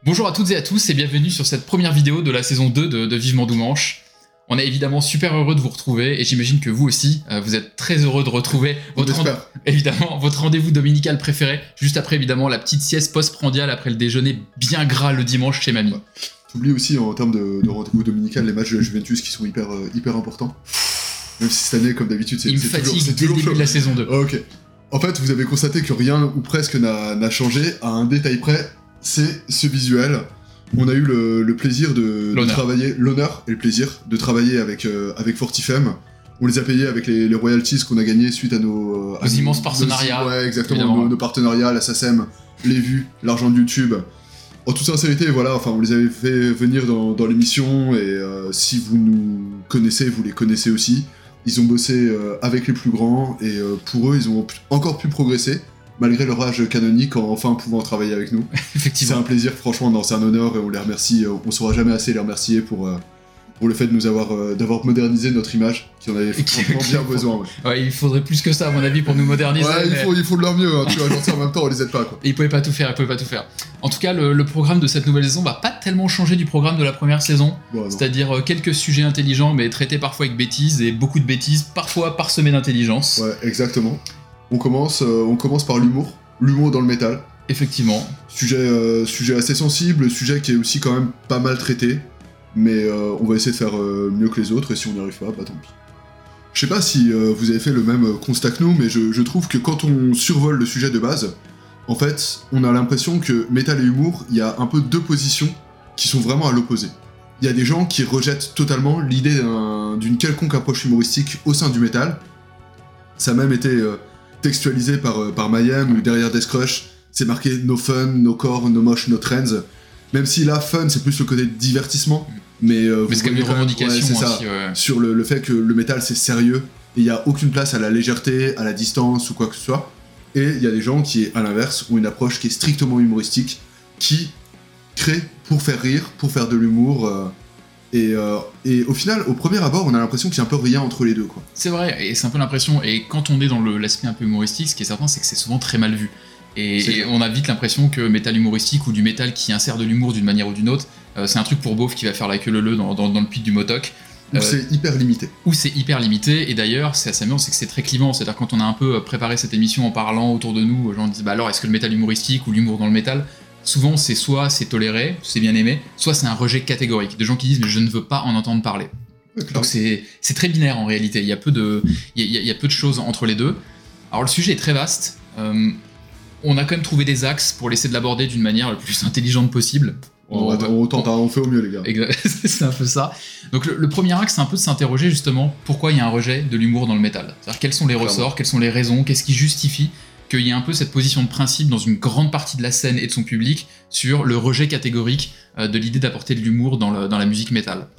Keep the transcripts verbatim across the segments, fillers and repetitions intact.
Bonjour à toutes et à tous et bienvenue sur cette première vidéo de la saison deux de, de Vivement Doumanche. On est évidemment super heureux de vous retrouver et j'imagine que vous aussi, euh, vous êtes très heureux de retrouver votre, rend... évidemment, votre rendez-vous dominical préféré, juste après évidemment la petite sieste post-prandiale après le déjeuner bien gras le dimanche chez mamie. Ouais. T'oublies aussi en termes de, de rendez-vous dominical les matchs de la Juventus qui sont hyper, euh, hyper importants. Même si cette année, comme d'habitude, c'est, Il me c'est fatigue toujours, c'est dès le toujours début chaud. de la saison deux. Oh, ok. En fait, vous avez constaté que rien ou presque n'a, n'a changé à un détail près, c'est ce visuel. On a eu le, le plaisir de, de travailler, l'honneur et le plaisir de travailler avec, euh, avec Fortifem. On les a payés avec les, les royalties qu'on a gagnés suite à nos... Nos immenses partenariats. Nos, ouais, exactement, nos, nos partenariats, la S A C E M, les vues, l'argent de YouTube. En toute sincérité, voilà, enfin, on les avait fait venir dans, dans l'émission, et euh, si vous nous connaissez, vous les connaissez aussi. Ils ont bossé euh, avec les plus grands, et euh, pour eux, ils ont pu, encore pu progresser, malgré leur âge canonique, en enfin pouvant travailler avec nous. Effectivement. C'est un plaisir, franchement, non, c'est un honneur, et on les remercie, euh, on saura jamais assez les remercier pour... Euh, pour le fait de nous avoir, euh, d'avoir modernisé notre image, qui en avait franchement bien besoin. Ouais. ouais, il faudrait plus que ça, à mon avis, pour nous moderniser. Ouais, il, mais... faut, il faut de leur mieux, hein, tu vois, genre, en même temps, on les aide pas, quoi. Et ils pouvaient pas tout faire, ils pouvaient pas tout faire. En tout cas, le, le programme de cette nouvelle saison va pas tellement changer du programme de la première saison, bon, c'est-à-dire euh, quelques sujets intelligents, mais traités parfois avec bêtises, et beaucoup de bêtises, parfois parsemés d'intelligence. Ouais, exactement. On commence, euh, on commence par l'humour, l'humour dans le métal. Effectivement. Sujet, euh, sujet assez sensible, sujet qui est aussi quand même pas mal traité. Mais euh, on va essayer de faire euh, mieux que les autres, et si on n'y arrive pas, bah tant pis. Je sais pas si euh, vous avez fait le même constat que nous, mais je, je trouve que quand on survole le sujet de base, en fait, on a l'impression que métal et humour, il y a un peu deux positions qui sont vraiment à l'opposé. Il y a des gens qui rejettent totalement l'idée d'un, d'une quelconque approche humoristique au sein du métal. Ça a même été euh, textualisé par, euh, par Mayhem, où derrière Death Crush, c'est marqué « no fun, no core, no mosh, no trends ». Même si là, fun, c'est plus le côté divertissement. Mais, euh, mais c'est comme une revendication ouais, c'est ça, aussi, ouais. Sur le, le fait que le métal c'est sérieux, et il n'y a aucune place à la légèreté, à la distance ou quoi que ce soit. Et il y a des gens qui, à l'inverse, ont une approche qui est strictement humoristique, qui créent pour faire rire, pour faire de l'humour. Euh, et, euh, et au final, au premier abord, on a l'impression qu'il y a un peu rien entre les deux, quoi. C'est vrai, et c'est un peu l'impression, et quand on est dans le, l'aspect un peu humoristique, ce qui est certain, c'est que c'est souvent très mal vu. Et, et on a vite l'impression que métal humoristique ou du métal qui insère de l'humour d'une manière ou d'une autre, euh, c'est un truc pour beauf qui va faire la queue leu leu dans, dans, dans le pit du motoc. Ou euh, c'est hyper limité. Ou c'est hyper limité, et d'ailleurs, c'est assez amusant, c'est que c'est très clivant. C'est-à-dire quand on a un peu préparé cette émission en parlant autour de nous, les gens disent bah alors est-ce que le métal humoristique ou l'humour dans le métal, souvent c'est soit c'est toléré, c'est bien aimé, soit c'est un rejet catégorique. Des gens qui disent mais je ne veux pas en entendre parler. Ouais, donc c'est, c'est très binaire en réalité, il y, a peu de, il, y a, il y a peu de choses entre les deux. Alors le sujet est très vaste. Euh, On a quand même trouvé des axes pour essayer de l'aborder d'une manière la plus intelligente possible. On, on, on tente, on, on fait au mieux les gars. C'est un peu ça. Donc le, le premier axe, c'est un peu de s'interroger justement pourquoi il y a un rejet de l'humour dans le métal. C'est-à-dire quels sont les ressorts, Clairement. Quelles sont les raisons, qu'est-ce qui justifie qu'il y ait un peu cette position de principe dans une grande partie de la scène et de son public sur le rejet catégorique euh, de l'idée d'apporter de l'humour dans, le, dans la musique métal.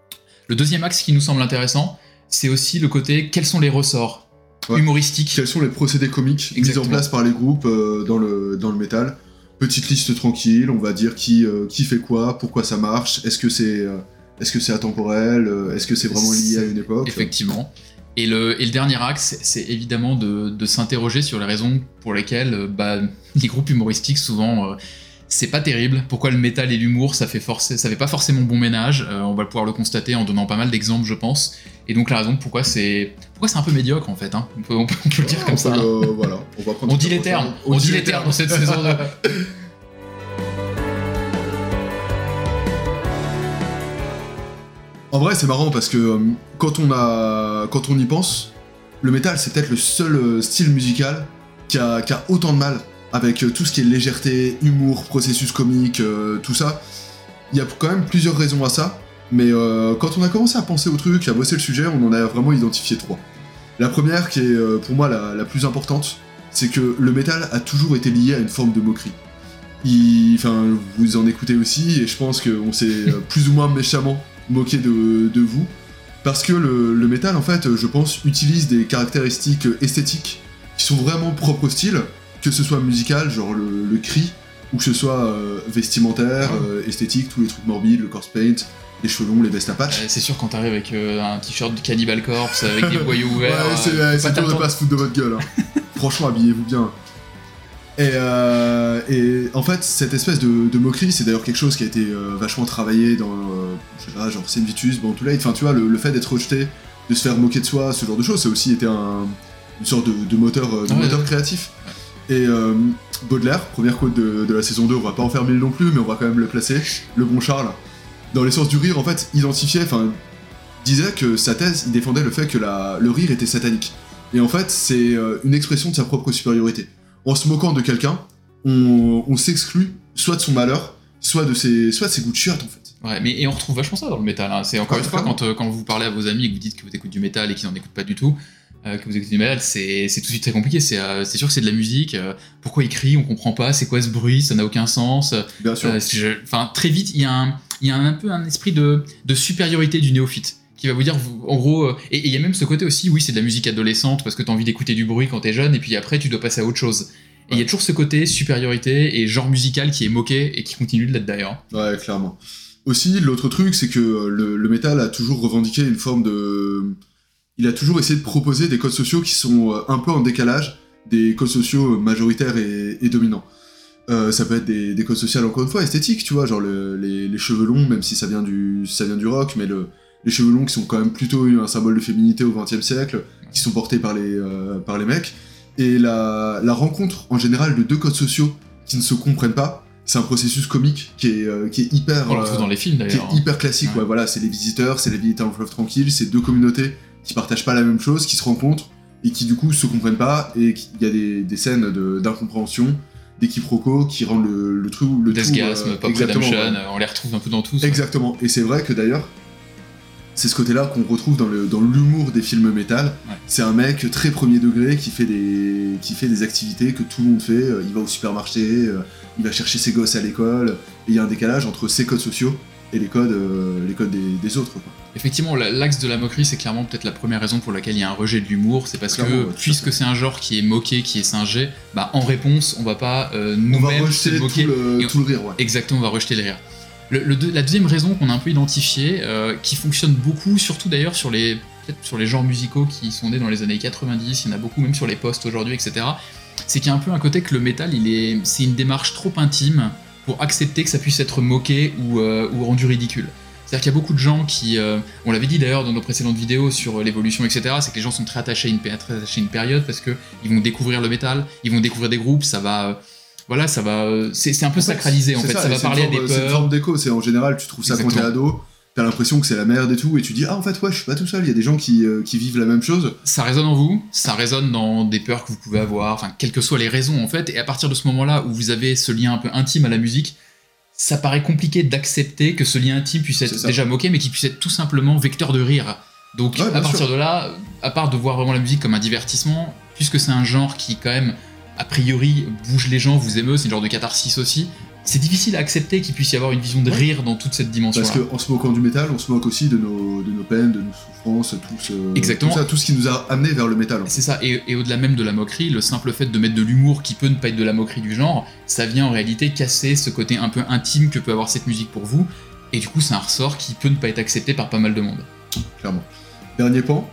Le deuxième axe qui nous semble intéressant, c'est aussi le côté quels sont les ressorts Ouais. humoristique. Quels sont les procédés comiques Exactement. mis en place par les groupes euh, dans, le, dans le métal. Petite liste tranquille, on va dire qui, euh, qui fait quoi, pourquoi ça marche, est-ce que c'est, euh, est-ce que c'est atemporel, euh, est-ce que c'est vraiment lié c'est... à une époque. Effectivement. Et le, et le dernier axe, c'est évidemment de, de s'interroger sur les raisons pour lesquelles euh, bah, les groupes humoristiques, souvent, euh, c'est pas terrible. Pourquoi le métal et l'humour, ça fait, forc- ça fait pas forcément bon ménage. Euh, on va pouvoir le constater en donnant pas mal d'exemples, je pense. Et donc la raison pourquoi c'est pourquoi c'est un peu médiocre en fait. Hein. On peut on peut, on peut le dire ouais, comme ça. Le, hein. Voilà. On va prendre. On dit les termes. On, on dit les termes dans cette saison deux. En vrai, c'est marrant parce que euh, quand on a quand on y pense, le métal c'est peut-être le seul euh, style musical qui a, qui a autant de mal avec euh, tout ce qui est légèreté, humour, processus comique, euh, tout ça. Il y a quand même plusieurs raisons à ça. Mais euh, quand on a commencé à penser au truc, à bosser le sujet, on en a vraiment identifié trois. La première, qui est euh, pour moi la, la plus importante, c'est que le métal a toujours été lié à une forme de moquerie. Il, enfin, vous en écoutez aussi, et je pense qu'on s'est euh, plus ou moins méchamment moqué de, de vous, parce que le, le métal, en fait, je pense, utilise des caractéristiques esthétiques qui sont vraiment propres au style, que ce soit musical, genre le, le cri, ou que ce soit euh, vestimentaire, euh, esthétique, tous les trucs morbides, le corpse paint, les cheveux longs, les vestes Apache. Euh, c'est sûr quand t'arrives avec euh, un t-shirt de Cannibal Corpse, avec des boyaux ouverts... ouais, c'est, euh, c'est dur de pas se foutre de votre gueule. Hein. Franchement, habillez-vous bien. Et, euh, et en fait, cette espèce de, de moquerie, c'est d'ailleurs quelque chose qui a été euh, vachement travaillé dans, euh, je sais pas, genre Saint Vitus, Born to Late, enfin tu vois, le, le fait d'être rejeté, de se faire moquer de soi, ce genre de choses, ça a aussi été un, une sorte de, de moteur, de ouais, moteur ouais. créatif. Et euh, Baudelaire, première quote de, de la saison deux, on va pas en faire mille non plus, mais on va quand même le placer, le bon Charles, dans l'essence du rire, en fait, identifiait, enfin, disait que sa thèse, il défendait le fait que la, le rire était satanique. Et en fait, c'est euh, une expression de sa propre supériorité. En se moquant de quelqu'un, on, on s'exclut soit de son malheur, soit de ses, soit de ses goûts de chiottes, en fait. Ouais, mais et on retrouve vachement ça dans le métal. Hein. C'est encore Ouais, une fois, clairement. quand, euh, quand vous parlez à vos amis et que vous dites que vous écoutez du métal et qu'ils n'en écoutent pas du tout, euh, que vous écoutez du métal, c'est, c'est tout de suite très compliqué. C'est, euh, c'est sûr que c'est de la musique. Euh, pourquoi ils crient? On comprend pas. C'est quoi ce bruit? Ça n'a aucun sens. Bien sûr. Euh, Enfin, très vite, il y a un, il y a un peu un esprit de, de supériorité du néophyte qui va vous dire, vous, en gros, euh, et il y a même ce côté aussi, oui, c'est de la musique adolescente parce que t'as envie d'écouter du bruit quand t'es jeune et puis après tu dois passer à autre chose. Et il y a toujours ce côté supériorité et genre musical qui est moqué et qui continue de l'être d'ailleurs. Ouais, clairement. Aussi, l'autre truc, c'est que le, le métal a toujours revendiqué une forme de... Il a toujours essayé de proposer des codes sociaux qui sont un peu en décalage des codes sociaux majoritaires et, et dominants. Euh, ça peut être des, des codes sociaux, encore une fois, esthétiques, tu vois, genre le, les, les cheveux longs, même si ça vient du, ça vient du rock, mais le, les cheveux longs qui sont quand même plutôt un symbole de féminité au vingtième siècle, qui sont portés par les, euh, par les mecs. Et la, la rencontre, en général, de deux codes sociaux qui ne se comprennent pas, c'est un processus comique qui est, euh, qui est hyper... On le retrouve euh, dans les films, qui d'ailleurs. est hyper classique, Ouais. ouais, voilà, c'est les visiteurs, c'est les visiteurs en fleuve tranquille, c'est deux communautés qui partagent pas la même chose, qui se rencontrent, et qui du coup se comprennent pas, et il y a des, des scènes de, d'incompréhension, des quiproquos qui rendent le, le truc... Le Deathgasm, tout, euh, Pop exactement, Redemption, ouais. euh, on les retrouve un peu dans tous. Exactement, et c'est vrai que d'ailleurs, c'est ce côté-là qu'on retrouve dans, le, dans l'humour des films métal. Ouais. C'est un mec très premier degré qui fait des, qui fait des activités que tout le monde fait. Euh, Il va au supermarché, euh, il va chercher ses gosses à l'école, et il y a un décalage entre ses codes sociaux et les codes, euh, les codes des, des autres, quoi. Effectivement, la- l'axe de la moquerie, c'est clairement peut-être la première raison pour laquelle il y a un rejet de l'humour. C'est parce Clairement, que, ouais, tout à puisque fait. c'est un genre qui est moqué, qui est singé, bah en réponse, on va pas euh, On va nous-mêmes se rejeter moquer. tout le, Et on- tout le rire, ouais. Exactement, on va rejeter le rire. Le, le deux- la deuxième raison qu'on a un peu identifiée, euh, qui fonctionne beaucoup, surtout d'ailleurs sur les, peut-être sur les genres musicaux qui sont nés dans les années quatre-vingt-dix, il y en a beaucoup même sur les posts aujourd'hui, et cetera, c'est qu'il y a un peu un côté que le métal, il est, c'est une démarche trop intime pour accepter que ça puisse être moqué ou, euh, ou rendu ridicule. C'est-à-dire qu'il y a beaucoup de gens qui, euh, on l'avait dit d'ailleurs dans nos précédentes vidéos sur euh, l'évolution, et cetera, c'est que les gens sont très attachés à une, très attachés à une période parce que ils vont découvrir le métal, ils vont découvrir des groupes, ça va... Euh, voilà, ça va, c'est, c'est un peu En fait, sacralisé en c'est fait, ça, et va c'est parler une à des forme- C'est une peurs. forme d'écho, c'est en général, tu trouves ça quand t'es Exactement. ado, t'as l'impression que c'est la merde et tout, et tu dis, ah en fait, ouais, je suis pas tout seul, il y a des gens qui, euh, qui vivent la même chose. Ça résonne en vous, ça résonne dans des peurs que vous pouvez avoir, enfin, quelles que soient les raisons en fait, et à partir de ce moment-là où vous avez ce lien un peu intime à la musique, ça paraît compliqué d'accepter que ce lien intime puisse être C'est ça. déjà moqué, mais qu'il puisse être tout simplement vecteur de rire. Donc Ouais, bien à partir sûr. de là, à part de voir vraiment la musique comme un divertissement, puisque c'est un genre qui quand même, a priori, bouge les gens, vous émeut, c'est une genre de catharsis aussi, c'est difficile à accepter qu'il puisse y avoir une vision de Ouais. rire dans toute cette dimension-là. Parce qu'en se moquant du métal, on se moque aussi de nos, de nos peines, de nos souffrances, tout, ce, Exactement. tout ça, tout ce qui nous a amené vers le métal. en fait. C'est ça, et, et au-delà même de la moquerie, le simple fait de mettre de l'humour qui peut ne pas être de la moquerie du genre, ça vient en réalité casser ce côté un peu intime que peut avoir cette musique pour vous, et du coup c'est un ressort qui peut ne pas être accepté par pas mal de monde. Clairement. Dernier pan,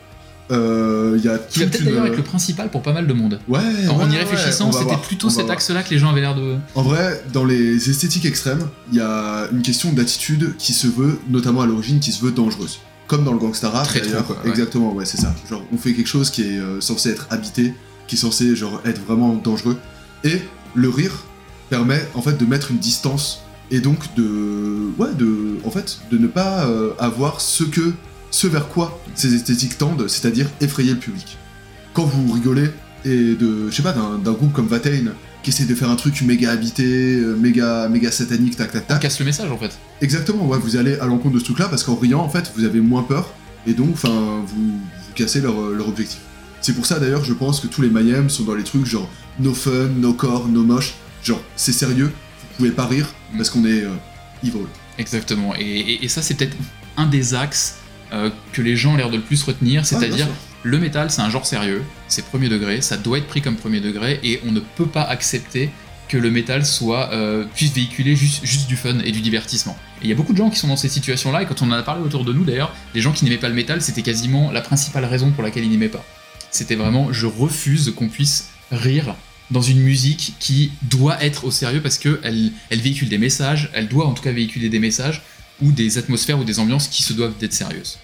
euh, il y a Qui va toute peut-être une- d'ailleurs être le principal pour pas mal de monde. Ouais, En, en ouais, y réfléchissant, ouais, on va c'était voir, plutôt on va cet voir. axe-là que les gens avaient l'air de... En vrai, dans les esthétiques extrêmes, il y a une question d'attitude qui se veut, notamment à l'origine, qui se veut dangereuse. Comme dans le gangsta rap, Très d'ailleurs. trop, quoi, ouais. Exactement, ouais, c'est ça. Genre, on fait quelque chose qui est euh, censé être habité, qui est censé genre être vraiment dangereux. Et le rire permet en fait de mettre une distance et donc de, ouais, de, en fait, de ne pas euh, avoir ce que, ce vers quoi ces esthétiques tendent, c'est-à-dire effrayer le public. Quand vous rigolez et de, je sais pas, d'un, d'un groupe comme Watain qui essaie de faire un truc méga habité, euh, méga, méga satanique, tac tac On tac. casse le message en fait. Exactement, ouais, vous allez à l'encontre de ce truc-là parce qu'en riant, en fait, vous avez moins peur et donc, enfin, vous, vous cassez leur, leur objectif. C'est pour ça d'ailleurs, je pense que tous les Mayhem sont dans les trucs genre no fun, no core, no moche. Genre, c'est sérieux, vous pouvez pas rire parce qu'on est euh, evil. Exactement, et, et- et ça c'est peut-être un des axes euh, que les gens ont l'air de le plus retenir, Ah, bien c'est-à-dire sûr. le métal c'est un genre sérieux, c'est premier degré, ça doit être pris comme premier degré, et on ne peut pas accepter que le métal soit, euh, puisse véhiculer juste, juste du fun et du divertissement. Et il y a beaucoup de gens qui sont dans ces situations-là, et quand on en a parlé autour de nous d'ailleurs, les gens qui n'aimaient pas le métal, c'était quasiment la principale raison pour laquelle ils n'aimaient pas. C'était vraiment, je refuse qu'on puisse rire dans une musique qui doit être au sérieux parce qu'elle elle véhicule des messages, elle doit en tout cas véhiculer des messages ou des atmosphères ou des ambiances qui se doivent d'être sérieuses.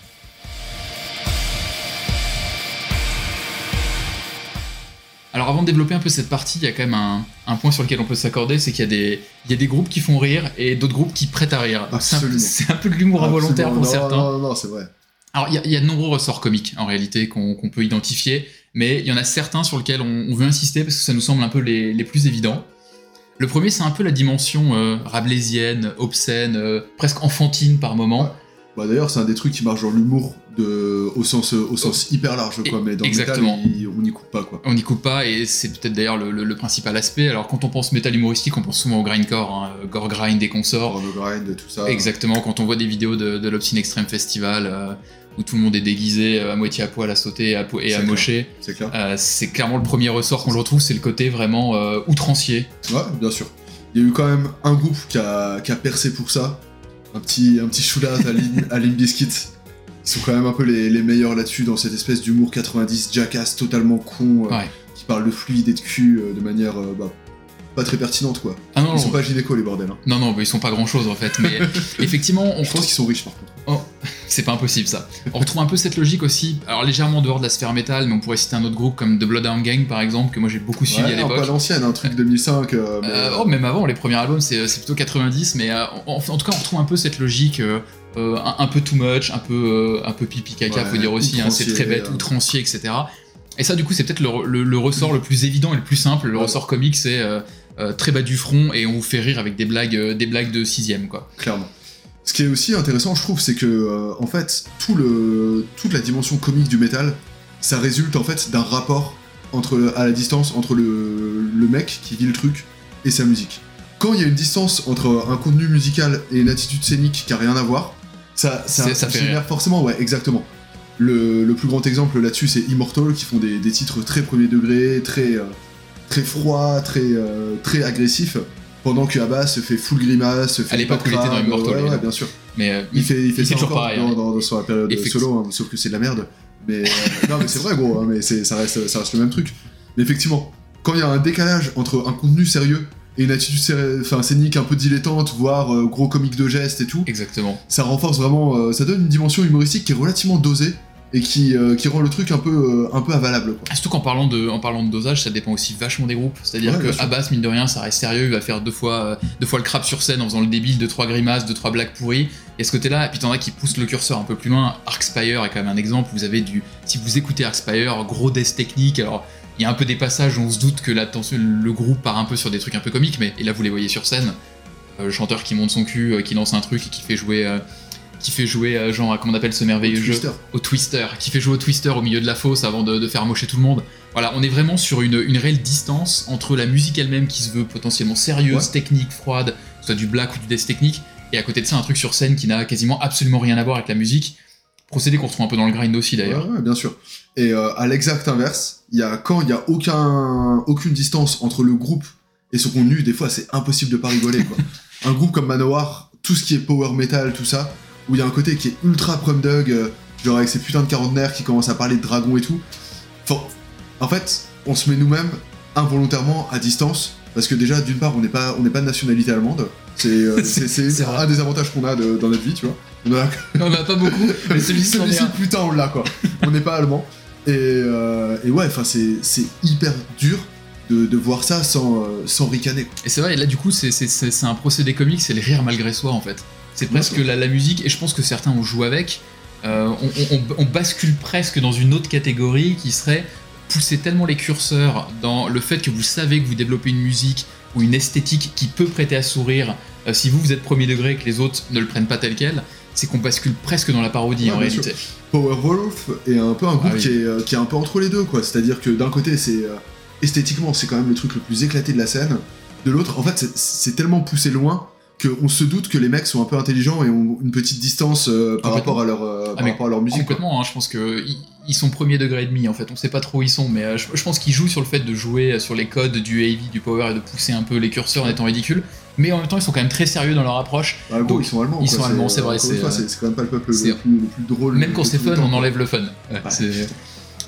Alors avant de développer un peu cette partie, il y a quand même un, un point sur lequel on peut s'accorder, c'est qu'il y a, des, il y a des groupes qui font rire et d'autres groupes qui prêtent à rire. Donc c'est, un, c'est un peu de l'humour Absolument. involontaire pour non, certains. Non, non, non, c'est vrai. Alors il y, a, il y a de nombreux ressorts comiques en réalité qu'on, qu'on peut identifier, mais il y en a certains sur lesquels on, on veut insister parce que ça nous semble un peu les, les plus évidents. Le premier, c'est un peu la dimension euh, rabelaisienne, obscène, euh, presque enfantine par moment. Ouais. Bah d'ailleurs, c'est un des trucs qui marche dans l'humour de, au sens, au sens oh. hyper large, quoi. Mais dans Exactement. le métal, il, on n'y coupe pas, quoi. On n'y coupe pas, et c'est peut-être d'ailleurs le, le, le principal aspect. Alors quand on pense métal humoristique, on pense souvent au grindcore, hein, gore grind et consorts. Le grind, tout ça. Exactement. Quand on voit des vidéos de, de l'Obscene Extreme Festival euh, où tout le monde est déguisé à moitié à poil, à sauter à po- et c'est à mocher, c'est clair. Euh, c'est clairement le premier ressort qu'on le retrouve, c'est le côté vraiment euh, outrancier. Ouais, bien sûr. Il y a eu quand même un groupe qui a, qui a percé pour ça. Un petit, un petit shout-out à Limp Bizkit. Ils sont quand même un peu les, les meilleurs là-dessus, dans cette espèce d'humour quatre-vingt-dix jackass totalement con, euh, ouais. qui parle de fluide et de cul euh, de manière euh, bah, pas très pertinente, quoi. Ah non, ils non, sont pas gynéco, les bordels. Hein. Non, non, bah, ils sont pas grand-chose en fait, mais effectivement... On Je pense qu'ils sont riches par contre. Oh, c'est pas impossible ça. On retrouve un peu cette logique aussi, alors légèrement en dehors de la sphère métal, mais on pourrait citer un autre groupe comme The Bloodhound Gang par exemple, que moi j'ai beaucoup suivi ouais, à l'époque. Pas l'ancienne, un truc deux mille cinq. Euh, mais... euh, oh, même avant, les premiers albums c'est, c'est plutôt quatre-vingt-dix, mais euh, en, en tout cas on retrouve un peu cette logique euh, euh, un, un peu too much, un peu, euh, un peu pipi caca, ouais, faut dire aussi, hein, c'est très bête, euh... outrancier, et cetera. Et ça du coup c'est peut-être le, le, le ressort le plus évident et le plus simple, le ouais. ressort comique c'est euh, euh, très bas du front et on vous fait rire avec des blagues, euh, des blagues de sixième, quoi. Clairement. Ce qui est aussi intéressant, je trouve, c'est que euh, en fait, tout le, toute la dimension comique du métal, ça résulte en fait d'un rapport entre, à la distance entre le, le mec qui vit le truc et sa musique. Quand il y a une distance entre un contenu musical et une attitude scénique qui a rien à voir, ça, ça, ça, ça ça génère forcément, ouais, exactement. Le, le plus grand exemple là-dessus, c'est Immortal, qui font des, des titres très premier degré, très, euh, très froids, très, euh, très agressifs. Pendant que Abbas se fait full grimace, se fait à l'époque où il était dans Immortal, ouais, ouais, bien sûr. Mais euh, il fait, il fait il ça fait encore pareil, dans, hein. dans, dans sa période solo, hein, sauf que c'est de la merde. Mais euh, non, mais c'est vrai, gros. Hein, mais c'est, ça reste, ça reste le même truc. Mais effectivement, quand il y a un décalage entre un contenu sérieux et une attitude séri- enfin, scénique un peu dilettante, voire euh, gros comique de gestes et tout, exactement. Ça renforce vraiment, euh, ça donne une dimension humoristique qui est relativement dosée. Et qui, euh, qui rend le truc un peu, euh, un peu avalable, quoi. Surtout qu'en parlant de, en parlant de dosage, ça dépend aussi vachement des groupes. C'est-à-dire ouais, que Abbas, mine de rien, ça reste sérieux, il va faire deux fois, euh, deux fois le crap sur scène en faisant le débile, deux trois grimaces, deux trois blagues pourries. Et ce côté-là, et puis t'en as qui poussent le curseur un peu plus loin. Arcspire est quand même un exemple. Vous avez du, si vous écoutez Arcspire, gros death technique. Alors il y a un peu des passages où on se doute que la tension, le groupe part un peu sur des trucs un peu comiques, mais et là vous les voyez sur scène. Euh, le chanteur qui monte son cul, euh, qui lance un truc et qui fait jouer. Euh, qui fait jouer, euh, genre, comment on appelle ce merveilleux au jeu Twister. Au Twister, qui fait jouer au Twister au milieu de la fosse avant de, de faire mocher tout le monde. Voilà, on est vraiment sur une, une réelle distance entre la musique elle-même qui se veut potentiellement sérieuse, ouais. technique, froide, soit du black ou du death technique, et à côté de ça un truc sur scène qui n'a quasiment absolument rien à voir avec la musique. Procédé qu'on retrouve un peu dans le grind aussi d'ailleurs. Ouais, ouais, bien sûr. Et euh, à l'exact inverse, y a, quand il n'y a aucun, aucune distance entre le groupe et son contenu, des fois c'est impossible de pas rigoler, quoi. Un groupe comme Manowar, tout ce qui est power metal, tout ça, où il y a un côté qui est ultra prumdug, euh, genre avec ces putains de quarantenaires qui commencent à parler de dragons et tout. Enfin, en fait, on se met nous-mêmes involontairement à distance, parce que déjà, d'une part, on n'est pas, on n'est pas de nationalité allemande. C'est, euh, c'est, c'est, c'est un des avantages qu'on a de, dans notre vie, tu vois. On a, on a pas beaucoup, mais celui-ci, celui-ci putain, on l'a, quoi. On n'est pas allemand. Et, euh, et ouais, enfin, c'est, c'est hyper dur de, de voir ça sans, euh, sans ricaner. Et c'est vrai, et là, du coup, c'est, c'est, c'est, c'est un procédé comique, c'est le rire malgré soi, en fait. C'est presque la, la musique, et je pense que certains ont joué avec, euh, on, on, on bascule presque dans une autre catégorie qui serait pousser tellement les curseurs dans le fait que vous savez que vous développez une musique ou une esthétique qui peut prêter à sourire, euh, si vous, vous êtes premier degré et que les autres ne le prennent pas tel quel, c'est qu'on bascule presque dans la parodie, ouais, en réalité. Sûr. Powerwolf est un peu un groupe ah, oui. qui, est, euh, qui est un peu entre les deux, quoi. C'est-à-dire que d'un côté, c'est euh, esthétiquement, c'est quand même le truc le plus éclaté de la scène, de l'autre, en fait, c'est, c'est tellement poussé loin qu'on se doute que les mecs sont un peu intelligents et ont une petite distance euh, par, rapport à, leur, euh, par ah, rapport à leur musique. Complètement, hein, je pense qu'ils ils sont premier degré et demi en fait, on sait pas trop où ils sont, mais euh, je, je pense qu'ils jouent sur le fait de jouer sur les codes du heavy, du power et de pousser un peu les curseurs en étant ridicules, mais en même temps ils sont quand même très sérieux dans leur approche. Bah, gros, ils sont allemands. Ils quoi, sont c'est, allemands, c'est vrai. C'est, c'est, fois, c'est, c'est quand même pas le peuple le plus, le plus drôle. Même quand c'est fun, temps, on quoi. enlève le fun. Ouais, bah, c'est...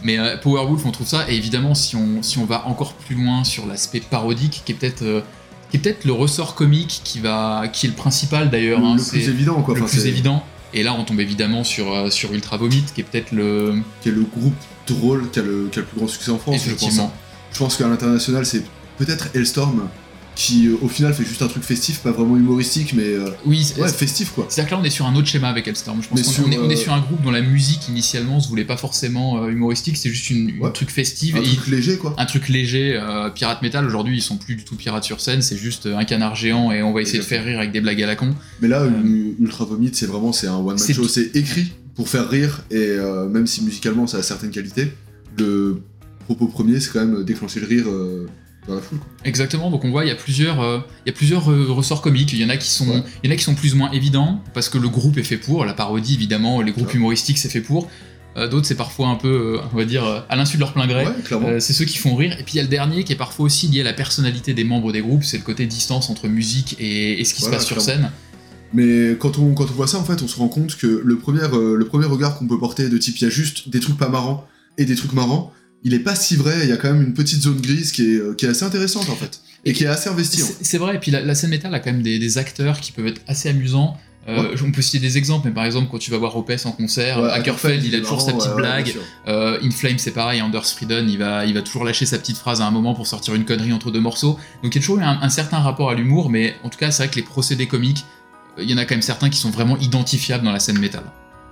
Mais euh, Powerwolf, on trouve ça, et évidemment, si on, si on va encore plus loin sur l'aspect parodique, qui est peut-être euh, qui est peut-être le ressort comique qui, va, qui est le principal d'ailleurs. Le, hein, le plus évident, quoi. Le enfin, plus c'est... évident. Et là, on tombe évidemment sur, euh, sur Ultra Vomit, qui est peut-être le... Qui est le groupe drôle qui a le, qui a le plus grand succès en France, je pense. Hein. Je pense qu'à l'international, c'est peut-être Hellstorm, qui euh, au final fait juste un truc festif, pas vraiment humoristique, mais euh, oui, c'est, ouais, festif quoi. C'est-à-dire que là on est sur un autre schéma avec Hellstorm. Je pense mais qu'on sur, on est, on est euh... sur un groupe dont la musique initialement se voulait pas forcément euh, humoristique, c'est juste une, une ouais. truc festif. Un et truc il... léger quoi. Un truc léger, euh, pirate metal. Aujourd'hui ils sont plus du tout pirates sur scène, c'est juste un canard géant et on va essayer Exactement. de faire rire avec des blagues à la con. Mais là, euh... Ultra Vomit, c'est vraiment c'est un one man c'est show, t... c'est écrit pour faire rire et euh, même si musicalement ça a certaines qualités, le propos premier c'est quand même déclencher le rire. Euh... dans la foule. Exactement, donc on voit il y a plusieurs, euh, il y a plusieurs euh, ressorts comiques, il y en a qui sont, ouais. il y en a qui sont plus ou moins évidents parce que le groupe est fait pour, la parodie évidemment, les groupes ouais. humoristiques c'est fait pour. Euh, d'autres c'est parfois un peu, euh, on va dire, euh, à l'insu de leur plein gré. Ouais, euh, c'est ceux qui font rire. Et puis il y a le dernier qui est parfois aussi lié à la personnalité des membres des groupes, c'est le côté distance entre musique et, et ce qui voilà, se passe clairement. sur scène. Mais quand on, quand on voit ça, en fait, on se rend compte que le premier, euh, le premier regard qu'on peut porter de type il y a juste des trucs pas marrants et des trucs marrants, il est pas si vrai, il y a quand même une petite zone grise qui est, euh, qui est assez intéressante en fait, et, et qui est assez investie. C'est, c'est vrai, et puis la, la scène métal a quand même des, des acteurs qui peuvent être assez amusants. Euh, ouais. On peut citer des exemples, mais par exemple quand tu vas voir Opeth en concert, ouais, Ackerfeld il a toujours marrant, sa petite ouais, blague, ouais, euh, In Flames c'est pareil, Anders Frieden il va, il va toujours lâcher sa petite phrase à un moment pour sortir une connerie entre deux morceaux, donc il y a toujours un, un certain rapport à l'humour, mais en tout cas c'est vrai que les procédés comiques, il y en a quand même certains qui sont vraiment identifiables dans la scène métal.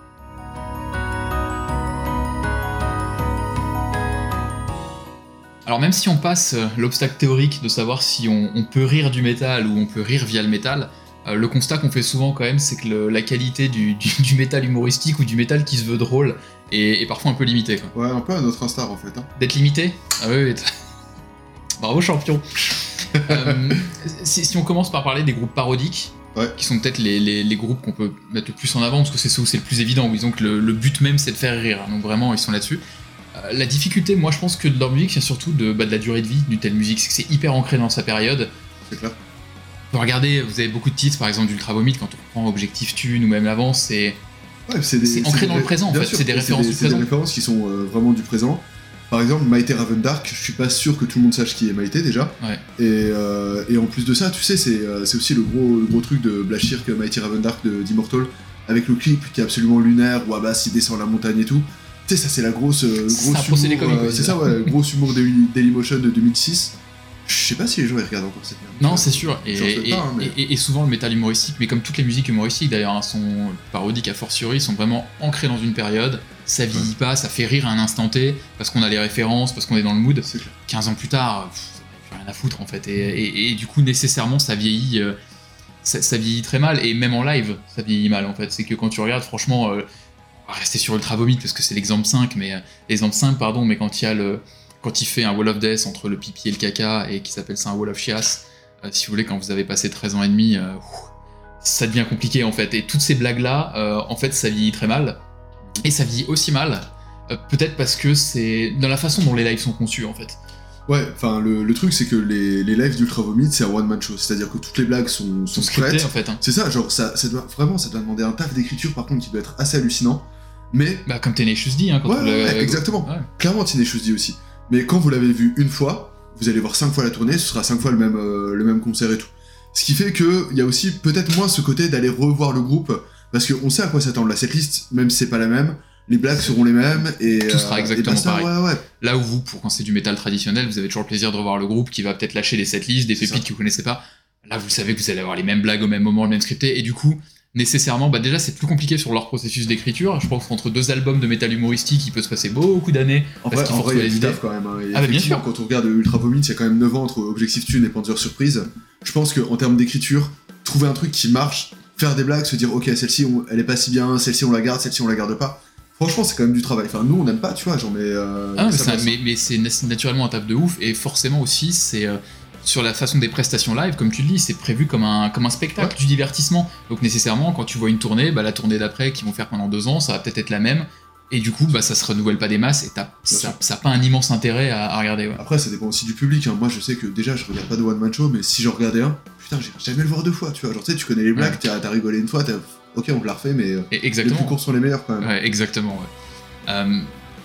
Alors même si on passe l'obstacle théorique de savoir si on, on peut rire du métal ou on peut rire via le métal, euh, le constat qu'on fait souvent quand même c'est que le, la qualité du, du, du métal humoristique ou du métal qui se veut drôle est, est parfois un peu limitée. Quoi. Ouais, un peu à notre instar en fait. Hein. D'être limité ? Ah oui, oui. Bravo champion. euh, si, si on commence par parler des groupes parodiques, ouais. qui sont peut-être les, les, les groupes qu'on peut mettre le plus en avant, parce que c'est ceux où c'est le plus évident, où ils ont que le, le but même c'est de faire rire, donc vraiment ils sont là-dessus. Euh, la difficulté, moi je pense que de leur musique, c'est surtout de, bah, de la durée de vie d'une telle musique, c'est que c'est hyper ancré dans sa période. C'est clair. Regardez, vous avez beaucoup de titres, par exemple d'Ultra Vomit, quand on prend Objectif Thune ou même l'avant, c'est, ouais, c'est, des, c'est ancré c'est dans des, le présent en fait, sûr, c'est des références des, du présent. C'est des références qui sont euh, vraiment du présent. Par exemple, Maïté Ravendark, je suis pas sûr que tout le monde sache qui est Maïté déjà. Ouais. Et, euh, et en plus de ça, tu sais, c'est, euh, c'est aussi le gros, le gros truc de Blashirk, Maïté Ravendark de d'Immortal, avec le clip qui est absolument lunaire, où Abbas il descend la montagne et tout. Tu sais, ça c'est la grosse, euh, grosse humour, comique, euh, c'est ça, ouais, gros humour de Dailymotion de deux mille six. Je sais pas si les gens ils regardent encore cette merde. Non, c'est sûr. Et, et, pas, hein, mais... et, et souvent le métal humoristique, mais comme toutes les musiques humoristiques d'ailleurs, hein, sont parodiques a fortiori, sont vraiment ancrées dans une période. Ça vieillit ouais. pas, ça fait rire à un instant T, parce qu'on a les références, parce qu'on est dans le mood. quinze ans plus tard, pff, ça n'a plus rien à foutre en fait. Et, et, et du coup, nécessairement, ça vieillit, euh, ça, ça vieillit très mal. Et même en live, ça vieillit mal en fait. C'est que quand tu regardes, franchement, euh, on va rester sur Ultra Vomit parce que c'est l'exemple cinq, mais euh, l'exemple cinq, pardon, mais quand il y a le. Quand il fait un wall of death entre le pipi et le caca, et qui s'appelle ça un wall of chiasse, euh, si vous voulez, quand vous avez passé treize ans et demi, euh, ça devient compliqué en fait. Et toutes ces blagues-là, euh, en fait, ça vieillit très mal. Et ça vieillit aussi mal, euh, peut-être parce que c'est dans la façon dont les lives sont conçus en fait. Ouais, enfin le, le truc c'est que les, les lives d'Ultra Vomit c'est un one man show, c'est-à-dire que toutes les blagues sont, sont, sont scriptées en fait. Hein. C'est ça, genre ça, ça doit, vraiment ça doit demander un taf d'écriture par contre qui doit être assez hallucinant. Mais. Bah comme Tenacious D, hein, quand ouais, on ouais, l'a... ouais, exactement. Ouais. Clairement Tenacious D aussi. Mais quand vous l'avez vu une fois, vous allez voir cinq fois la tournée, ce sera cinq fois le même, euh, le même concert et tout. Ce qui fait qu'il y a aussi peut-être moins ce côté d'aller revoir le groupe, parce qu'on sait à quoi s'attendre. La setlist, même si c'est pas la même, les blagues seront les mêmes et. Tout sera exactement basta, pareil. Ouais, ouais. Là où vous, pour quand c'est du métal traditionnel, vous avez toujours le plaisir de revoir le groupe qui va peut-être lâcher des setlists, des pépites que vous connaissez pas. Là, vous savez que vous allez avoir les mêmes blagues au même moment, le même scripté, et du coup. Nécessairement, bah déjà c'est plus compliqué sur leur processus d'écriture. Je pense qu'entre deux albums de métal humoristique, il peut se passer beaucoup d'années. En vrai, en vrai il y a du taf quand même. Hein. Ah bah bien sûr. Quand on regarde Ultra Vomit, il y a quand même neuf ans entre Objectif Thune et Panzer Surprise. Je pense qu'en termes d'écriture, trouver un truc qui marche, faire des blagues, se dire ok celle-ci on, elle est pas si bien, celle-ci on la garde, celle-ci on la garde pas. Franchement c'est quand même du travail. Enfin nous on n'aime pas, tu vois, genre mais. Euh, ah mais, ça, mais, mais c'est naturellement un taf de ouf et forcément aussi c'est. Euh, sur la façon des prestations live, comme tu le dis, c'est prévu comme un, comme un spectacle, ouais. du divertissement. Donc nécessairement, quand tu vois une tournée, bah, la tournée d'après qu'ils vont faire pendant deux ans, ça va peut-être être la même. Et du coup, bah, ça se renouvelle pas des masses et t'as, ça n'a pas un immense intérêt à, à regarder. Ouais. Après, ça dépend aussi du public. Hein. Moi, je sais que déjà, je regarde pas de One Man Show, mais si j'en regardais un, putain, j'irais jamais le voir deux fois. Tu vois, genre, tu sais, tu connais les blagues, ouais. t'as, t'as rigolé une fois, t'as... ok, on te l'a refait, mais et exactement. les plus courts sont les meilleurs quand même. Ouais, exactement, ouais. Euh...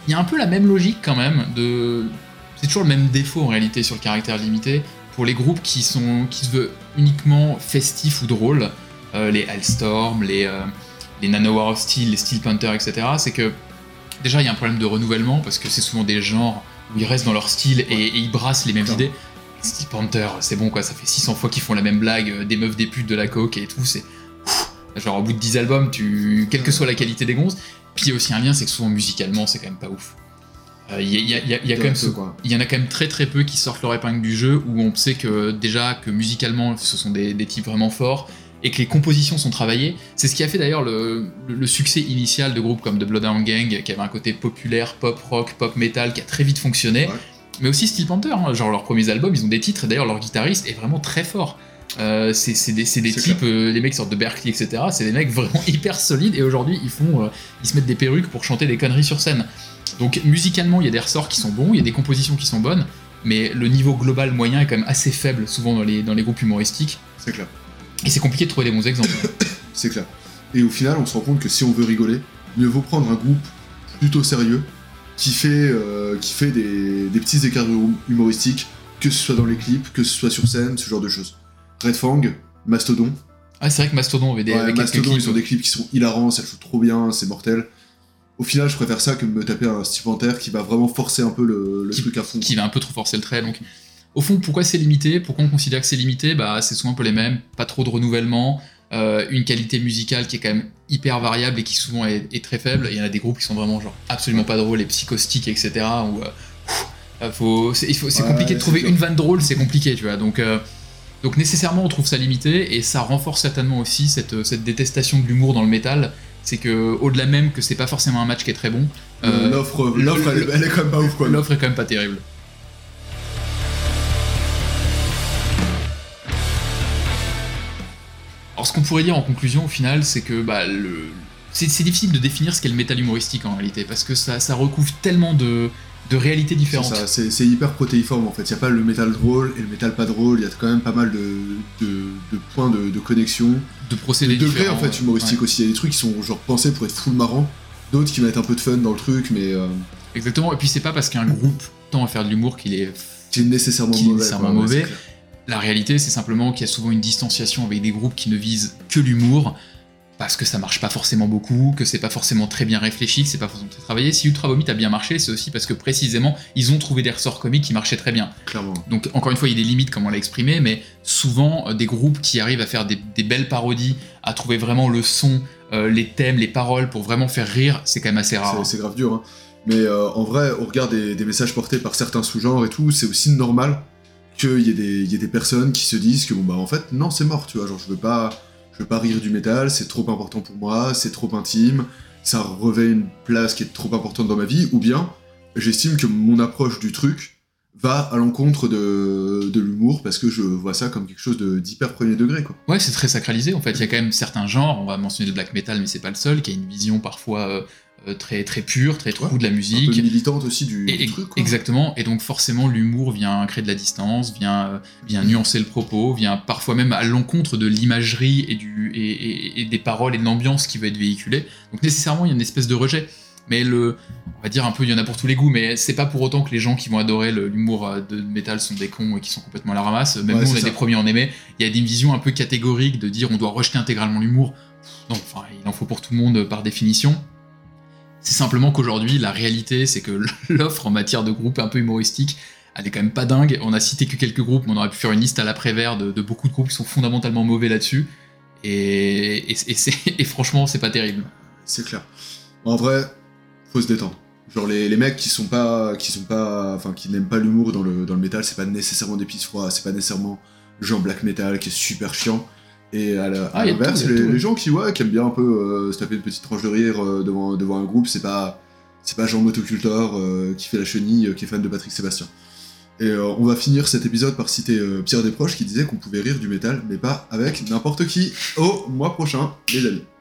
il y a un peu la même logique quand même, de... c'est toujours le même défaut en réalité sur le caractère limité, pour les groupes qui, sont, qui se veulent uniquement festifs ou drôles, euh, les Hellstorm, les, euh, les Nanowar of Steel, les Steel Panther, et cetera, c'est que déjà il y a un problème de renouvellement, parce que c'est souvent des genres où ils restent dans leur style et, et ils brassent les mêmes idées. Steel Panther, c'est bon quoi, ça fait six cents fois qu'ils font la même blague, euh, des meufs, des putes, de la coke et tout, c'est... Genre au bout de dix albums, tu... quelle que soit la qualité des gonzes. Puis il y a aussi un lien, c'est que souvent musicalement, c'est quand même pas ouf. Il euh, y, y, y, y, y, a quand même ce... y en a quand même très très peu qui sortent leur épingle du jeu, où on sait que déjà que musicalement, ce sont des, des types vraiment forts, et que les compositions sont travaillées. C'est ce qui a fait d'ailleurs le, le, le succès initial de groupes comme The Bloodhound Gang, qui avait un côté populaire, pop rock, pop metal, qui a très vite fonctionné. Ouais. Mais aussi Steel Panther, hein, genre leurs premiers albums, ils ont des titres, et d'ailleurs leur guitariste est vraiment très fort. Euh, c'est, c'est des, c'est des c'est types, euh, les mecs sortent de Berkeley, et cetera. C'est des mecs vraiment hyper solides, et aujourd'hui ils font, euh, ils se mettent des perruques pour chanter des conneries sur scène. Donc musicalement, il y a des ressorts qui sont bons, il y a des compositions qui sont bonnes, mais le niveau global moyen est quand même assez faible, souvent dans les, dans les groupes humoristiques. C'est clair. Et c'est compliqué de trouver des bons exemples. C'est clair. Et au final, on se rend compte que si on veut rigoler, mieux vaut prendre un groupe plutôt sérieux, qui fait, euh, qui fait des, des petits écarts humoristiques, que ce soit dans les clips, que ce soit sur scène, ce genre de choses. Red Fang, Mastodon. Ah, c'est vrai que Mastodon avait des ouais, avec Mastodon, clips, ils ont des clips qui sont hilarants, ça joue trop bien, c'est mortel. Au final, je préfère ça que de me taper un Steel Panther qui va vraiment forcer un peu le, le qui, truc à fond. Qui va un peu trop forcer le trait, donc... Au fond, pourquoi c'est limité ? Pourquoi on considère que c'est limité ? Bah, c'est souvent un peu les mêmes, pas trop de renouvellement, euh, une qualité musicale qui est quand même hyper variable et qui souvent est, est très faible. Il y en a des groupes qui sont vraiment genre absolument pas drôles, les psychostiques, et cetera. Où, euh, faut, c'est, il faut, c'est ouais, compliqué de trouver une vanne drôle, c'est compliqué, tu vois. Donc, euh, donc nécessairement, on trouve ça limité et ça renforce certainement aussi cette, cette détestation de l'humour dans le métal. C'est que, au-delà même que c'est pas forcément un match qui est très bon. Euh, l'offre, l'offre elle, elle est quand même pas ouf, quoi. L'offre est quand même pas terrible. Alors ce qu'on pourrait dire en conclusion au final, c'est que bah, le... c'est, c'est difficile de définir ce qu'est le métal humoristique en réalité, parce que ça, ça recouvre tellement de, de réalités différentes. C'est, ça, c'est, c'est hyper protéiforme en fait, il n'y a pas le métal drôle et le métal pas drôle, il y a quand même pas mal de, de, de points de, de connexion, de procédés de degrés en fait humoristiques ouais. aussi, il y a des trucs qui sont genre pensés pour être full marrant, d'autres qui mettent un peu de fun dans le truc, mais... Euh... Exactement, et puis c'est pas parce qu'un groupe tend à faire de l'humour qu'il est, qui est nécessairement qui est mauvais. Nécessairement quoi, mauvais. Ouais, La réalité, c'est simplement qu'il y a souvent une distanciation avec des groupes qui ne visent que l'humour, parce que ça marche pas forcément beaucoup, que c'est pas forcément très bien réfléchi, que c'est pas forcément très travaillé. Si Ultra Vomit a bien marché, c'est aussi parce que précisément, ils ont trouvé des ressorts comiques qui marchaient très bien. Clairement. Donc encore une fois, il y a des limites comme on l'a exprimé, mais souvent, euh, des groupes qui arrivent à faire des, des belles parodies, à trouver vraiment le son, euh, les thèmes, les paroles, pour vraiment faire rire, c'est quand même assez rare. C'est, c'est grave dur, hein. Mais euh, en vrai, au regard des, des messages portés par certains sous-genres et tout, c'est aussi normal qu'il y ait des, il y ait des personnes qui se disent que bon bah en fait non c'est mort, tu vois, genre je veux pas, je veux pas rire du métal, c'est trop important pour moi, c'est trop intime, ça revêt une place qui est trop importante dans ma vie, ou bien j'estime que mon approche du truc va à l'encontre de, de l'humour parce que je vois ça comme quelque chose de, d'hyper premier degré quoi. Ouais, c'est très sacralisé en fait, il y a quand même certains genres, on va mentionner le black metal mais c'est pas le seul, qui a une vision parfois... Euh... très très pure, très trou ouais, de la musique. Un peu militante aussi du, et, du truc. Quoi. Exactement, et donc forcément l'humour vient créer de la distance, vient, vient nuancer le propos, vient parfois même à l'encontre de l'imagerie et, du, et, et, et des paroles et de l'ambiance qui va être véhiculée. Donc nécessairement il y a une espèce de rejet. Mais le, on va dire un peu, il y en a pour tous les goûts, mais c'est pas pour autant que les gens qui vont adorer le, l'humour de métal sont des cons et qui sont complètement à la ramasse. Même ouais, nous on est ça. Des premiers à en aimer. Il y a une vision un peu catégorique de dire on doit rejeter intégralement l'humour. Non, enfin il en faut pour tout le monde par définition. C'est simplement qu'aujourd'hui, la réalité, c'est que l'offre en matière de groupes un peu humoristiques, elle est quand même pas dingue. On a cité que quelques groupes, mais on aurait pu faire une liste à l'après-vert de, de beaucoup de groupes qui sont fondamentalement mauvais là-dessus. Et, et, et, c'est, et franchement, c'est pas terrible. C'est clair. En vrai, faut se détendre. Genre les, les mecs qui sont pas, qui sont pas, enfin qui n'aiment pas l'humour dans le dans le métal, c'est pas nécessairement des pisse froids, c'est pas nécessairement genre black metal qui est super chiant. Et à, la, à ah, l'inverse, tout, les, tout, les gens qui, ouais, qui aiment bien un peu euh, se taper une petite tranche de rire euh, devant, devant un groupe, c'est pas, c'est pas Jean Motocultor euh, qui fait la chenille, euh, qui est fan de Patrick Sébastien. Et euh, on va finir cet épisode par citer euh, Pierre Desproges qui disait qu'on pouvait rire du métal, mais pas avec n'importe qui. Au mois prochain, les amis.